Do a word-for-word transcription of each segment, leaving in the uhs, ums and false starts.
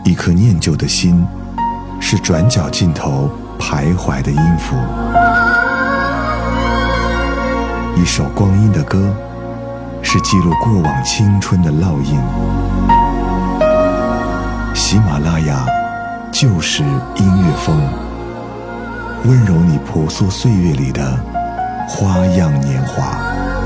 一颗念旧的心，是转角尽头徘徊的音符。一首光阴的歌，是记录过往青春的烙印。喜马拉雅就是音乐风，温柔你婆娑岁月里的花样年华。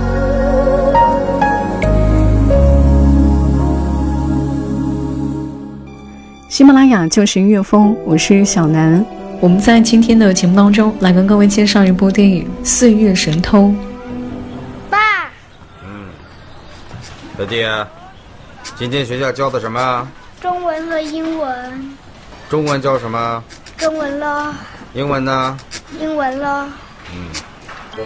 喜马拉雅就是音乐风，我是小南。我们在今天的节目当中来跟各位介绍一部电影《岁月神偷》。 爸， 嗯，小弟，今天学校教的什么？ 中文和英文。 中文教什么？ 中文咯。 英文呢？ 英文咯。 嗯。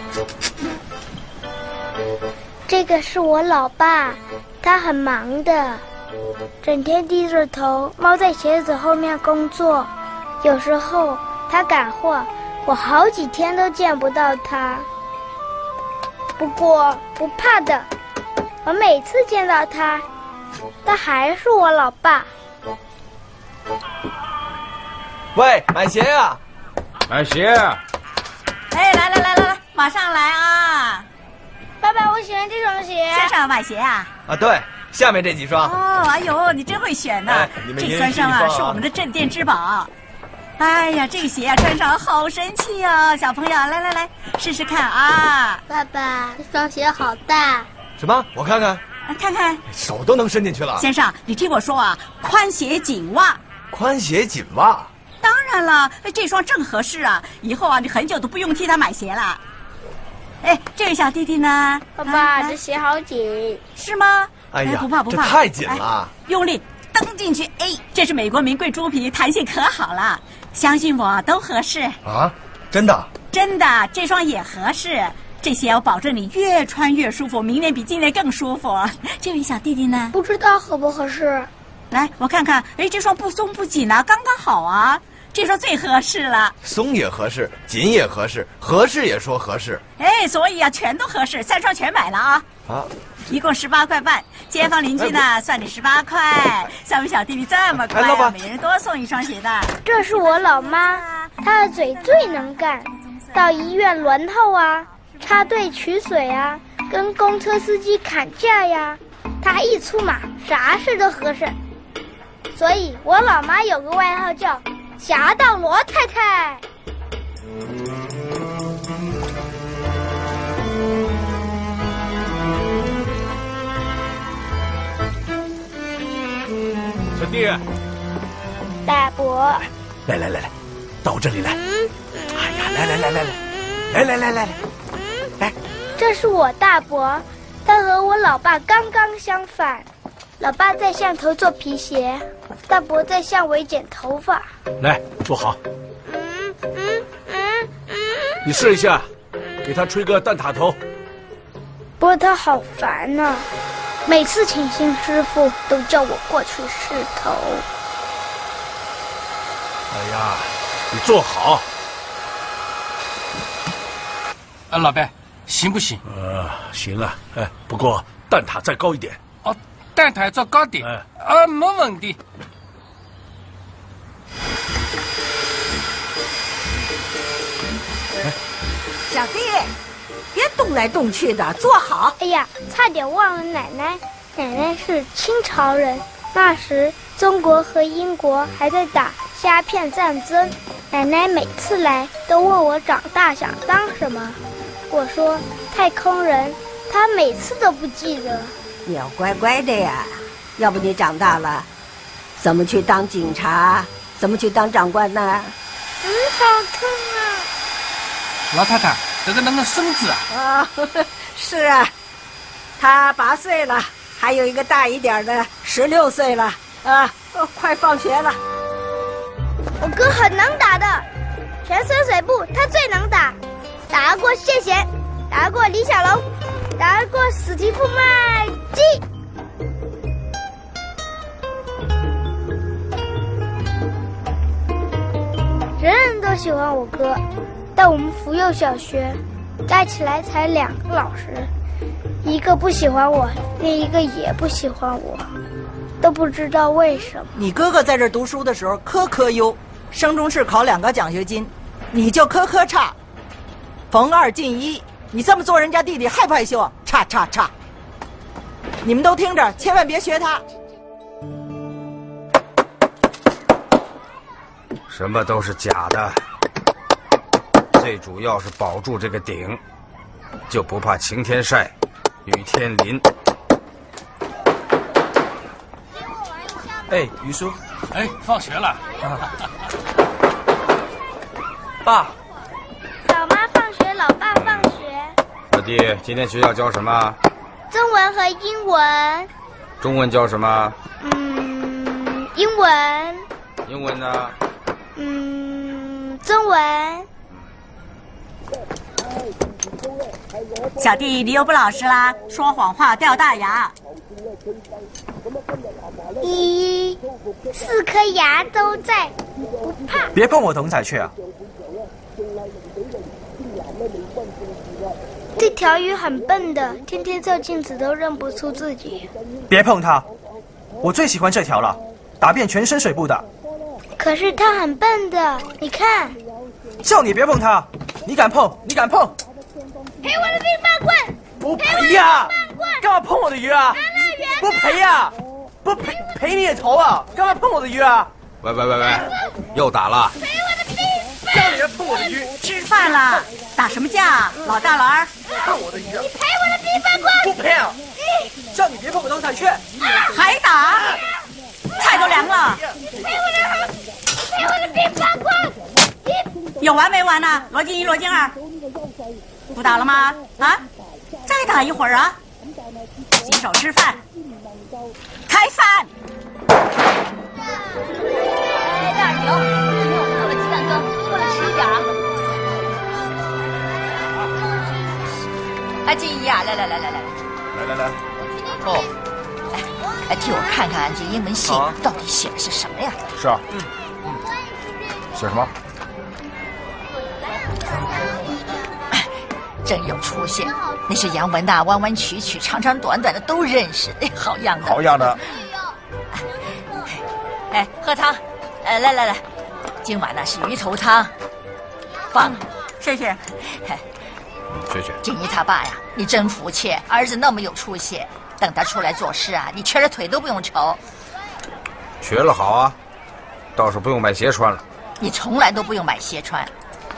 这个是我老爸，他很忙的，整天低着头猫在鞋子后面工作，有时候他赶货，我好几天都见不到他。不过不怕的，我每次见到他，他还是我老爸。 喂，买鞋啊！ 买鞋。 哎，来来来来来，马上来啊！ 爸爸，我喜欢这双鞋。 先生买鞋啊？ 啊，对，下面这几双。 哦，哎呦，你真会选呢、 哎！ 这三双啊，是我们的镇店之宝。哎呀，这个鞋啊，穿上好神气哦！小朋友，来来来，试试看啊！ 爸爸，这双鞋好大。 什么？我看看。 看看， 手都能伸进去了。 先生，你听我说啊，宽鞋紧袜。 宽鞋紧袜。 当然了，这双正合适啊！以后啊，你很久都不用替他买鞋了。哎，这位小弟弟呢？ 爸爸，这鞋好紧， 是吗？ 哎呀， 不怕不怕， 这太紧了， 用力蹬进去。哎，这是美国名贵猪皮，弹性可好了，相信我，都合适啊！真的？ 真的，这双也合适。这鞋我保证你越穿越舒服，明年比今年更舒服。这位小弟弟呢？ 不知道合不合适。 来，我看看。哎，这双不松不紧啊，刚刚好啊。这双最合适了， 松也合适，紧也合适，合适也说合适。 哎，所以啊，全都合适，三双全买了啊！ 啊， 一共十八块半，街坊邻居呢、哎、算你十八块。三位小弟弟这么乖、啊，哎、每人多送一双鞋的。 这是我老妈，她的嘴最能干，到医院轮候啊，插队取水啊，跟公车司机砍价呀，她一出马，啥事都合适。所以我老妈有个外号叫侠盗罗太太。 小弟， 大伯， 来来来来，到这里来。嗯、哎呀，来来来来来，来来来来来，嗯、来。 这是我大伯，他和我老爸刚刚相反。老爸在巷头做皮鞋，大伯在巷尾剪头发。 来，坐好。 嗯嗯嗯嗯。 你试一下，给他吹个蛋挞头。 不过他好烦呢、啊，每次请新师傅都叫我过去试头。 哎呀，你坐好。 啊，老伯，行不行？ 呃，行啊。哎，不过蛋挞再高一点。 哦。蛋挞再高点，啊、呃，没问题。 小弟，别动来动去的，坐好。 哎呀，差点忘了奶奶，奶奶是清朝人，那时中国和英国还在打鸦片战争，奶奶每次来都问我长大想当什么，我说太空人，她每次都不记得。 你要乖乖的呀，要不你长大了怎么去当警察，怎么去当长官呢？ 嗯，好痛啊！ 老太太，这个那个孙子啊？ 啊，是啊，他八岁了，还有一个大一点的十六岁了啊，哦，快放学了。 我哥很能打的，全深水埗他最能打，打得过谢贤，打得过李小龙，打得过史蒂夫麦基。人人都喜欢我哥，但我们福佑小学加起来才两个老师，一个不喜欢我，另一个也不喜欢我。 都不知道为什么。 你哥哥在这儿读书的时候科科优，升中试考两个奖学金，你就科科差，逢二进一。你这么做人家弟弟害不害羞啊？差差差！你们都听着，千万别学他。 什么都是假的，最主要是保住这个顶，就不怕晴天晒，雨天淋。 哎，于叔， 哎，放学了。 爸， 老妈放学，老爸放学。 老弟，今天学校教什么？ 中文和英文。 中文教什么？ 嗯，英文。 英文呢？ 嗯，中文。 小弟，你又不老实啦，说谎话掉大牙。 一，四颗牙都在，不怕。 别碰我董彩雀啊！ 这条鱼很笨的，天天照镜子都认不出自己。 别碰它，我最喜欢这条了，打遍全身水部的。 可是它很笨的，你看。 叫你别碰它，你敢碰？你敢碰？ 赔我的冰棒棍！ 不赔呀！干嘛碰我的鱼啊？不赔呀！不赔赔你的头啊！干嘛碰我的鱼啊？ 喂喂喂喂，又打了！ 赔我的冰棒！ 叫你别碰我的鱼！ 吃饭了，打什么架？老大老二， 碰我的鱼！ 你赔我的冰棒棍！ 不赔啊！叫你别碰我董彩雀！ 还打？菜都凉了！ 赔我的，赔我的冰棒棍！ 有完没完呢？罗金一、罗金二，不打了吗？啊，再打一会儿啊！洗手吃饭，开饭。 哎，大耳牛，今天我们做了鸡蛋羹，过来吃一点啊！哎，静怡啊，来来来来来来来来，哦， 来，来替我看看这英文信到底写的是什么呀？ 是啊，嗯嗯，写什么？ 真有出息，那些洋文的弯弯曲曲、长长短短的都认识，哎，好样的， 好样的。 哎，喝汤，呃，来来来，今晚呢是鱼头汤，棒了， 谢谢。 谢谢。 静怡他爸呀，你真服气，儿子那么有出息，等他出来做事啊，你瘸着腿都不用愁。 学了好啊，倒是不用买鞋穿了。 你从来都不用买鞋穿。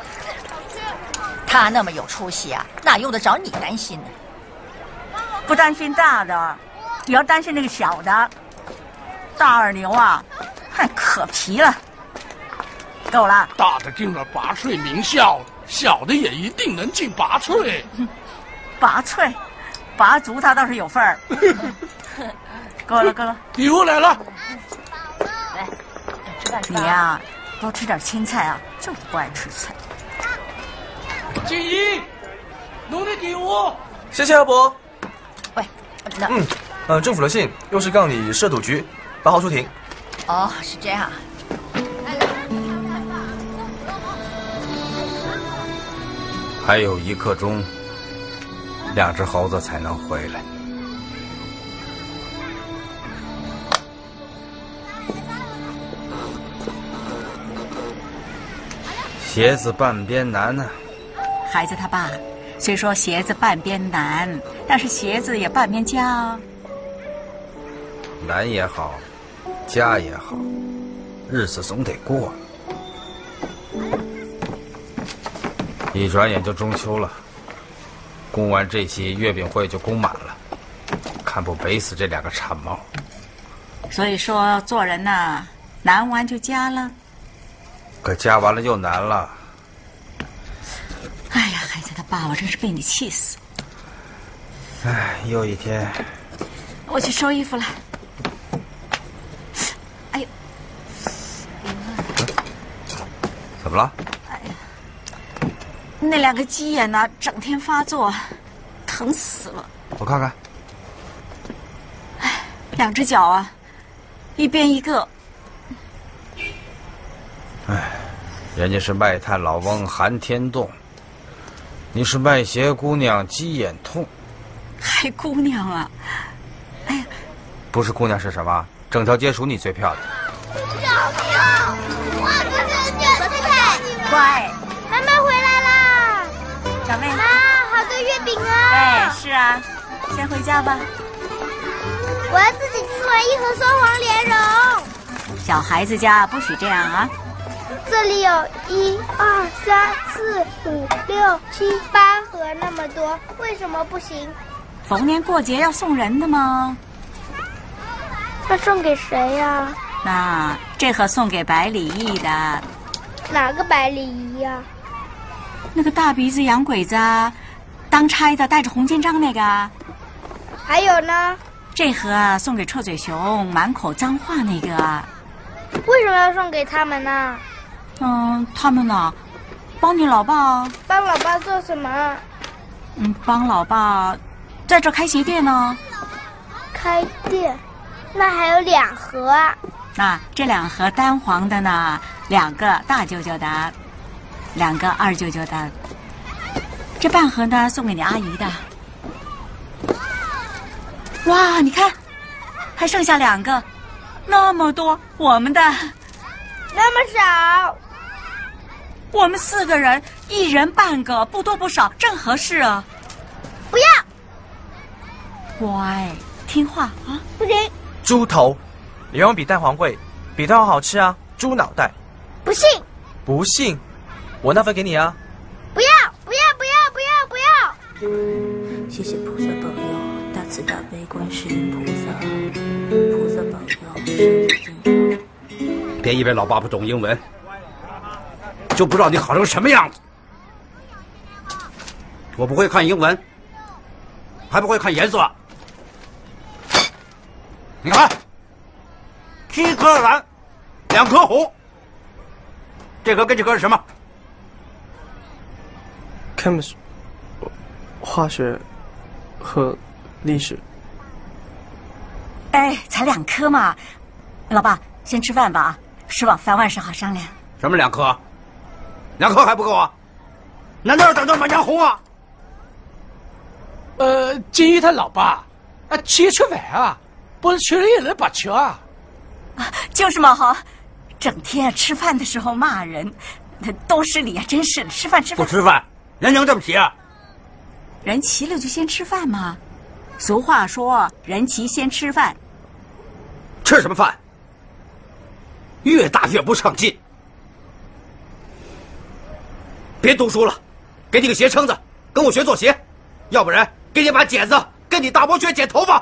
他那么有出息啊，哪用得着你担心呢？ 不担心大的，你要担心那个小的。大耳牛啊，太可皮了。够了。 大的进了拔萃名校，小的也一定能进拔萃。 拔萃，拔足他倒是有份儿。够了够了， 礼物来了。 来，吃饭吃饭。 你呀、啊，多吃点青菜啊，就是不爱吃菜。 静怡，农历礼物。 谢谢阿伯。 喂，那嗯，呃，政府的信又是告你涉赌局，八号出庭。 哦，是这样。 还有一刻钟，两只猴子才能回来。鞋子半边难呐、啊。 孩子他爸虽说鞋子半边难，但是鞋子也半边佳啊。 难也好，佳也好，日子总得过。一转眼就中秋了，供完这期月饼会就供满了，看不美死这两个馋猫。 所以说做人呐，难完就佳了。 可佳完了又难了。 哎呀，孩子他爸，我真是被你气死。 哎，又一天。 我去收衣服了。哎呦， 怎么了？ 哎呀，那两个鸡眼呢，整天发作，疼死了。 我看看。 哎，两只脚啊，一边一个。 哎，人家是卖炭老翁寒天冻，你是卖鞋姑娘鸡眼痛。 还姑娘啊？哎呀， 不是姑娘是什么？ 整条街数你最漂亮。 小明，我不是就是乖， 妈妈回来啦！ 小妹， 妈，好多月饼啊！ 哎，是啊，先回家吧。 我要自己吃完一盒双黄莲蓉。 小孩子家不许这样啊！ 这里有一二三四五六七八盒那么多，为什么不行？ 逢年过节要送人的吗？ 那送给谁呀？ 那这盒送给百里义的。 哪个百里义呀？ 那个大鼻子洋鬼子啊，当差的带着红肩章那个。 还有呢？ 这盒啊送给臭嘴熊，满口脏话那个。 为什么要送给他们呢？ 嗯，他们呢，帮你老爸。 帮老爸做什么？ 嗯，帮老爸在这开鞋店呢。 开店？那还有两盒啊。 那这两盒单黄的呢，两个大舅舅的，两个二舅舅的。这半盒呢送给你阿姨的。哇，你看，还剩下两个，那么多，我们的。 那么少。 我们四个人，一人半个，不多不少，正合适啊。 不要。 乖，听话啊。 不行。 猪头，莲蓉比蛋黄贵，比蛋黄好吃啊。猪脑袋。 不信。 不信，我那份给你啊。 不要，不要，不要，不要，不要。 谢谢菩萨保佑，大慈大悲观世音菩萨，菩萨保佑，身体健康。 别以为老爸不懂英文，就不知道你好成什么样子。我不会看英文，还不会看颜色。你看，七颗蓝，两颗红，这颗跟这颗是什么 ？chemistry， 化学和历史。 哎，才两颗嘛，老爸先吃饭吧啊，吃饱饭万事好商量。 什么两颗？两颗还不够啊？难道要等到满江红啊？ 呃，金玉他老爸啊，吃吃饭啊，不是吃了也能把吃啊。 啊，就是嘛哈，整天吃饭的时候骂人，都失礼啊！真是的，吃饭吃饭。 不吃饭，人能这么齐啊？ 人齐了就先吃饭嘛。俗话说，人齐先吃饭。 吃什么饭？越大越不上进。别读书了，给你个鞋撑子，跟我学做鞋，要不然给你把剪子，跟你大伯学剪头发。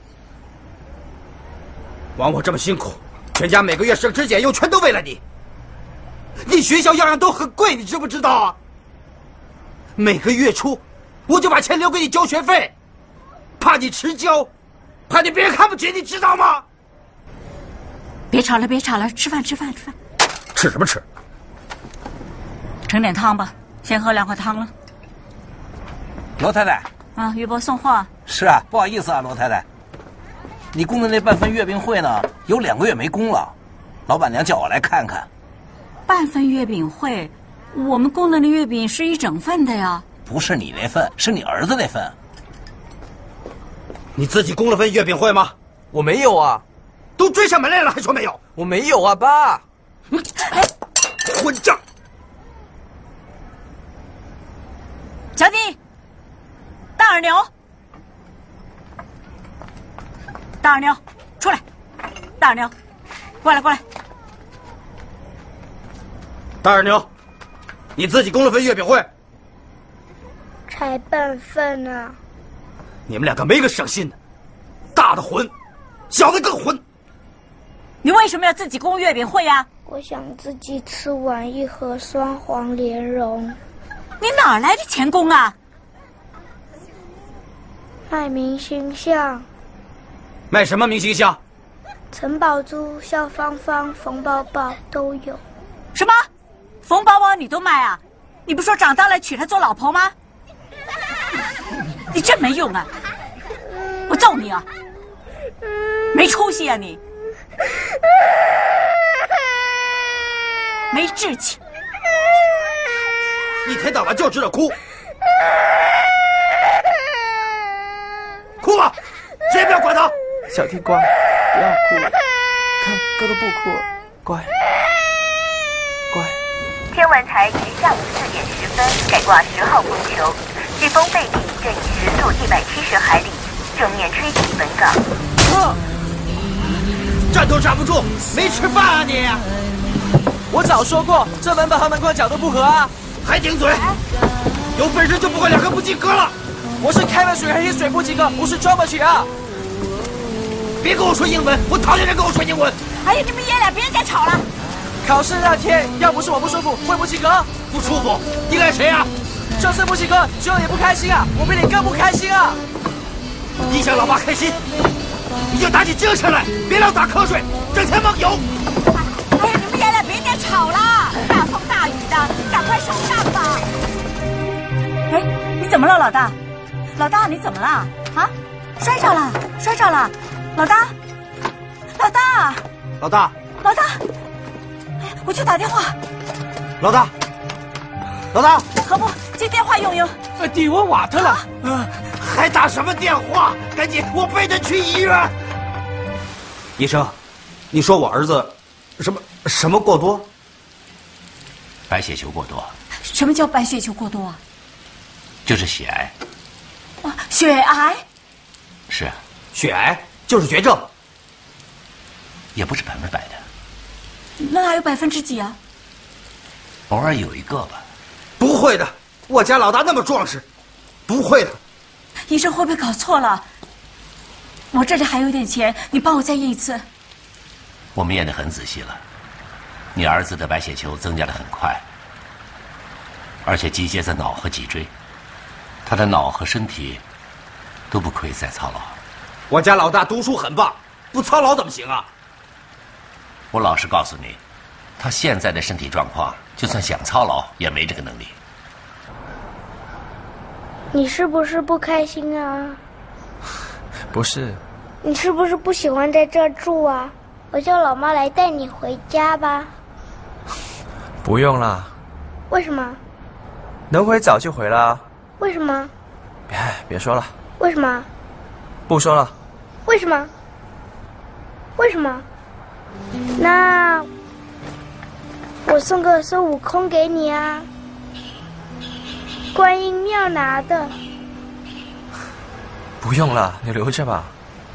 枉我这么辛苦，全家每个月省吃俭用，全都为了你。你学校样样都很贵，你知不知道啊？每个月初，我就把钱留给你交学费，怕你迟交，怕你别人看不起，你知道吗？ 别吵了，别吵了，吃饭，吃饭，吃饭。 吃什么吃？ 盛点汤吧，先喝两口汤了。 罗太太。 啊，玉波送货。 是啊，不好意思啊，罗太太。你供的那半份月饼会呢，有两个月没供了，老板娘叫我来看看。 半份月饼会，我们供的那月饼是一整份的呀。 不是你那份，是你儿子那份。 你自己供了份月饼会吗？ 我没有啊。 都追上门来了，还说没有？ 我没有啊，爸。 混账！ 小弟，大耳牛，大耳牛，出来！大耳牛，过来过来！ 大耳牛，你自己供了份月饼会？ 才半份呢。 你们两个没个省心的，大的混，小的更混。 你为什么要自己供月饼会呀？ 我想自己吃完一盒双黄莲蓉。 你哪来的钱供啊？ 卖明星相。 卖什么明星相？ 陈宝珠、肖芳芳、冯宝宝都有。 什么？冯宝宝你都卖啊？你不说长大了娶她做老婆吗？你真没用啊！我揍你啊！没出息啊你！没志气！ 一天到晚就知道哭，哭吧，谁也不要管他。 小弟乖，不要哭。 看哥都不哭了，乖，乖。 天文台于下午四点十分改挂十号风球，飓风贝蒂正以时速一百七十海里正面吹袭本港。 啊！ 站都站不住，没吃饭啊你！ 我早说过，这门板和门框角度不合啊！ 还顶嘴！有本事就不会两个不及格了。 我是开门水还是水不及格，不是 geometry 啊！ 别跟我说英文，我讨厌人跟我说英文。 哎呀，你们爷俩别再吵了。 考试那天，要不是我不舒服，会不及格。 不舒服？你赖谁啊？ 这次不及格，只有你不开心啊！我比你更不开心啊！ 你想老爸开心，你就打起精神来，别老打瞌睡，整天梦游。 哎呀，你们爷俩别再吵了，大风大雨的，赶快上当吧。哎，你怎么了，老大？老大，你怎么了？啊？摔着了，摔着了，老大，老大， 老大， 老大，哎呀，我去打电话。 老大，老大， 何不接电话用用？ 呃，底温瓦特了， 啊，还打什么电话？赶紧，我背着去医院。医生，你说我儿子什么什么过多？ 白血球过多。 什么叫白血球过多啊？ 就是血癌。 啊，血癌？ 是啊， 血癌就是绝症， 也不是百分百的。 那还有百分之几啊？ 偶尔有一个吧。 不会的，我家老大那么壮实，不会的。 医生会不会搞错了？我这里还有点钱，你帮我再验一次。 我们验得很仔细了，你儿子的白血球增加得很快，而且集结在脑和脊椎，他的脑和身体都不可以再操劳。 我家老大读书很棒，不操劳怎么行啊？ 我老实告诉你，他现在的身体状况，就算想操劳也没这个能力。 你是不是不开心啊？ 不是。 你是不是不喜欢在这儿住啊？我叫老妈来带你回家吧。 不用啦。 为什么？ 能回早就回了。 为什么？ 别别说了。 为什么？ 不说了。 为什么？为什么？那我送个孙悟空给你啊，观音庙拿的。 不用了，你留着吧。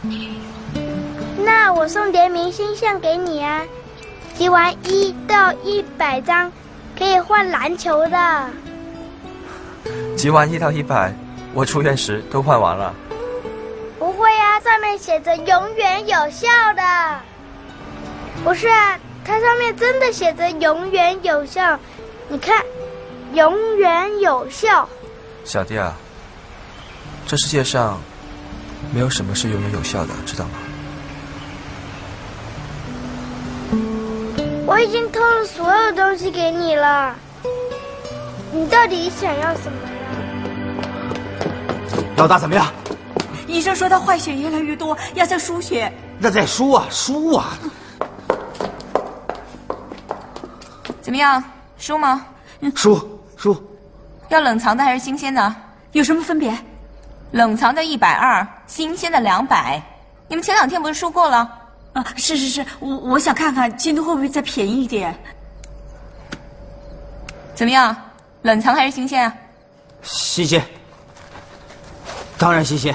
那我送点明星相给你啊，集完一到一百张，可以换篮球的。 集完一到一百，我出院时都换完了。 不会啊，上面写着永远有效的。不是啊，它上面真的写着永远有效，你看，永远有效。 小弟啊，这世界上没有什么是永远有效的，知道吗？ 我已经偷了所有东西给你了，你到底想要什么呀？ 老大怎么样？ 医生说他坏血越来越多，要再输血。 那再输啊，输啊！ 怎么样，输吗？ 输输。 要冷藏的还是新鲜的？ 有什么分别？ 冷藏的一百二，新鲜的两百。你们前两天不是输过了？ 啊，是是是，我我想看看今天会不会再便宜一点。 怎么样，冷藏还是新鲜啊？ 新鲜，当然新鲜。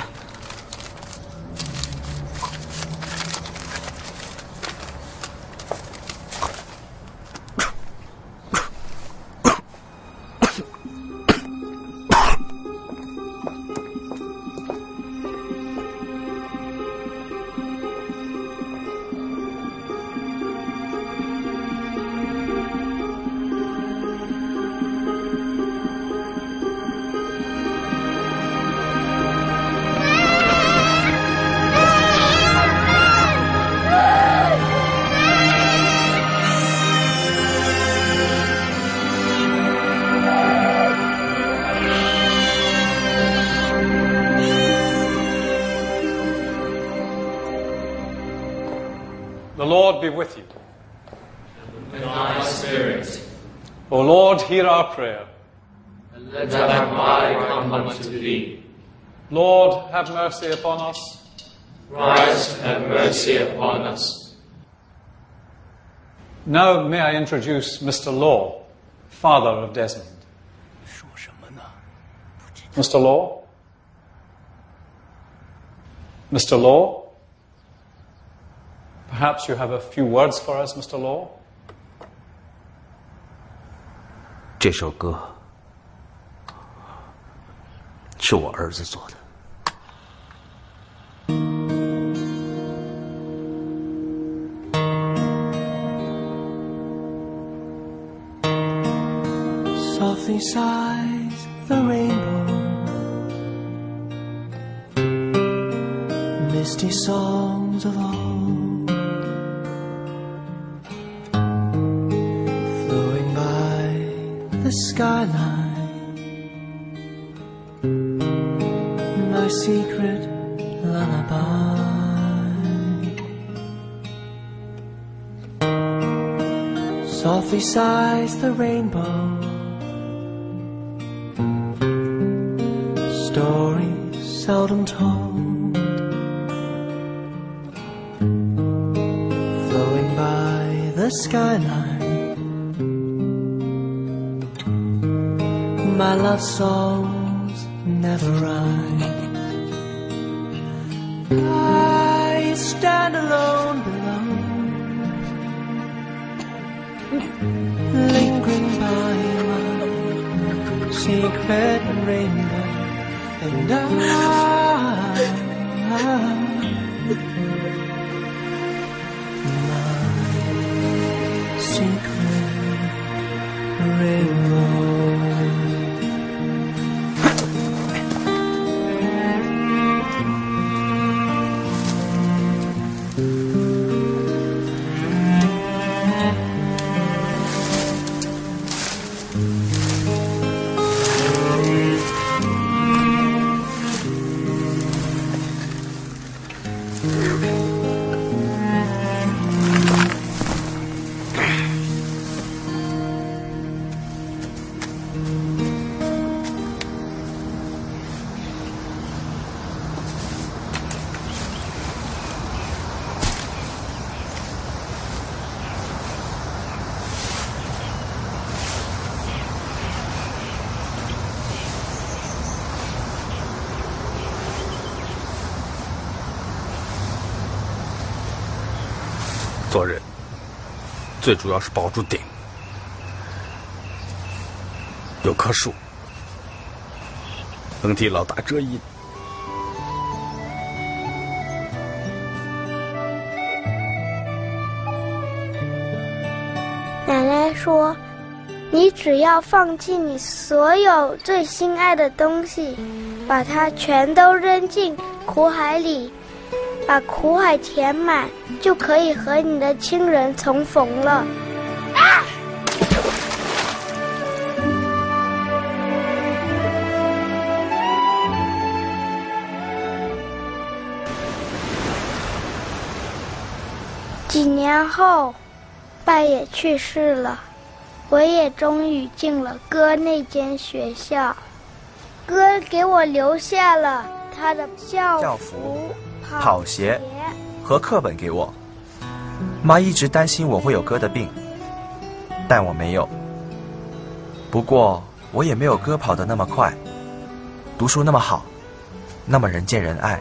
The Lord be with you. And with thy spirit. O Lord, hear our prayer. And let thy body come unto thee. Lord, have mercy upon us. Christ, have mercy upon us. Now may I introduce Mister Law, father of Desmond. 说什么呢 Mister Law? Mister Law? Perhaps you have a few words for us, Mister Law? 这首歌是我儿子做的。 Softly sighs the rainbow, misty songs of old, flowing by the skyline, my secret lullaby. Softly sighs the rainbow, stories seldom told, flowing by the skyline, my love songs never rhyme. I stand alone below, lingering by my secret rainbow, and I, my secret rainbow. 做人最主要是保住顶。有棵树能替老大遮阴。 奶奶说，你只要放弃你所有最心爱的东西，把它全都扔进苦海里，把苦海填满，就可以和你的亲人重逢了。啊！几年后，爸也去世了，我也终于进了哥那间学校。哥给我留下了他的校服、 校服跑鞋和课本给我。妈一直担心我会有哥的病，但我没有。不过我也没有哥跑得那么快，读书那么好，那么人见人爱。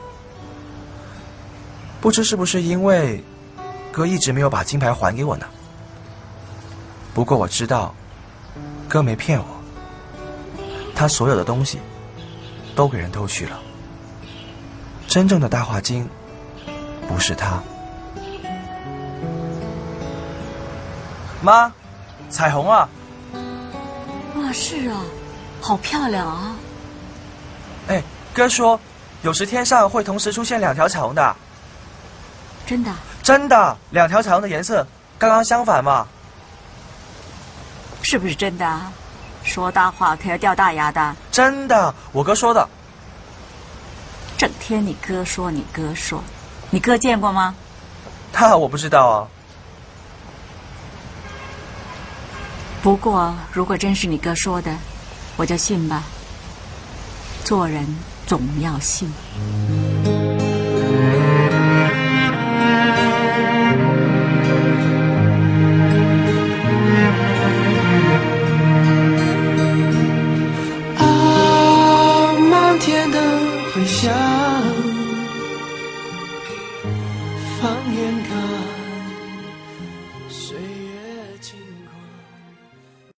不知是不是因为哥一直没有把金牌还给我呢？不过我知道，哥没骗我，他所有的东西都给人偷去了。真正的大话精不是他。妈，彩虹啊！ 啊，是啊，好漂亮啊！ 哎，哥说，有时天上会同时出现两条彩虹的。 真的？ 真的，两条彩虹的颜色刚刚相反嘛。 是不是真的啊？说大话可要掉大牙的。 真的，我哥说的。 整天你哥说你哥说，你哥见过吗？ 那我不知道啊。 不过如果真是你哥说的，我就信吧。做人总要信。 下。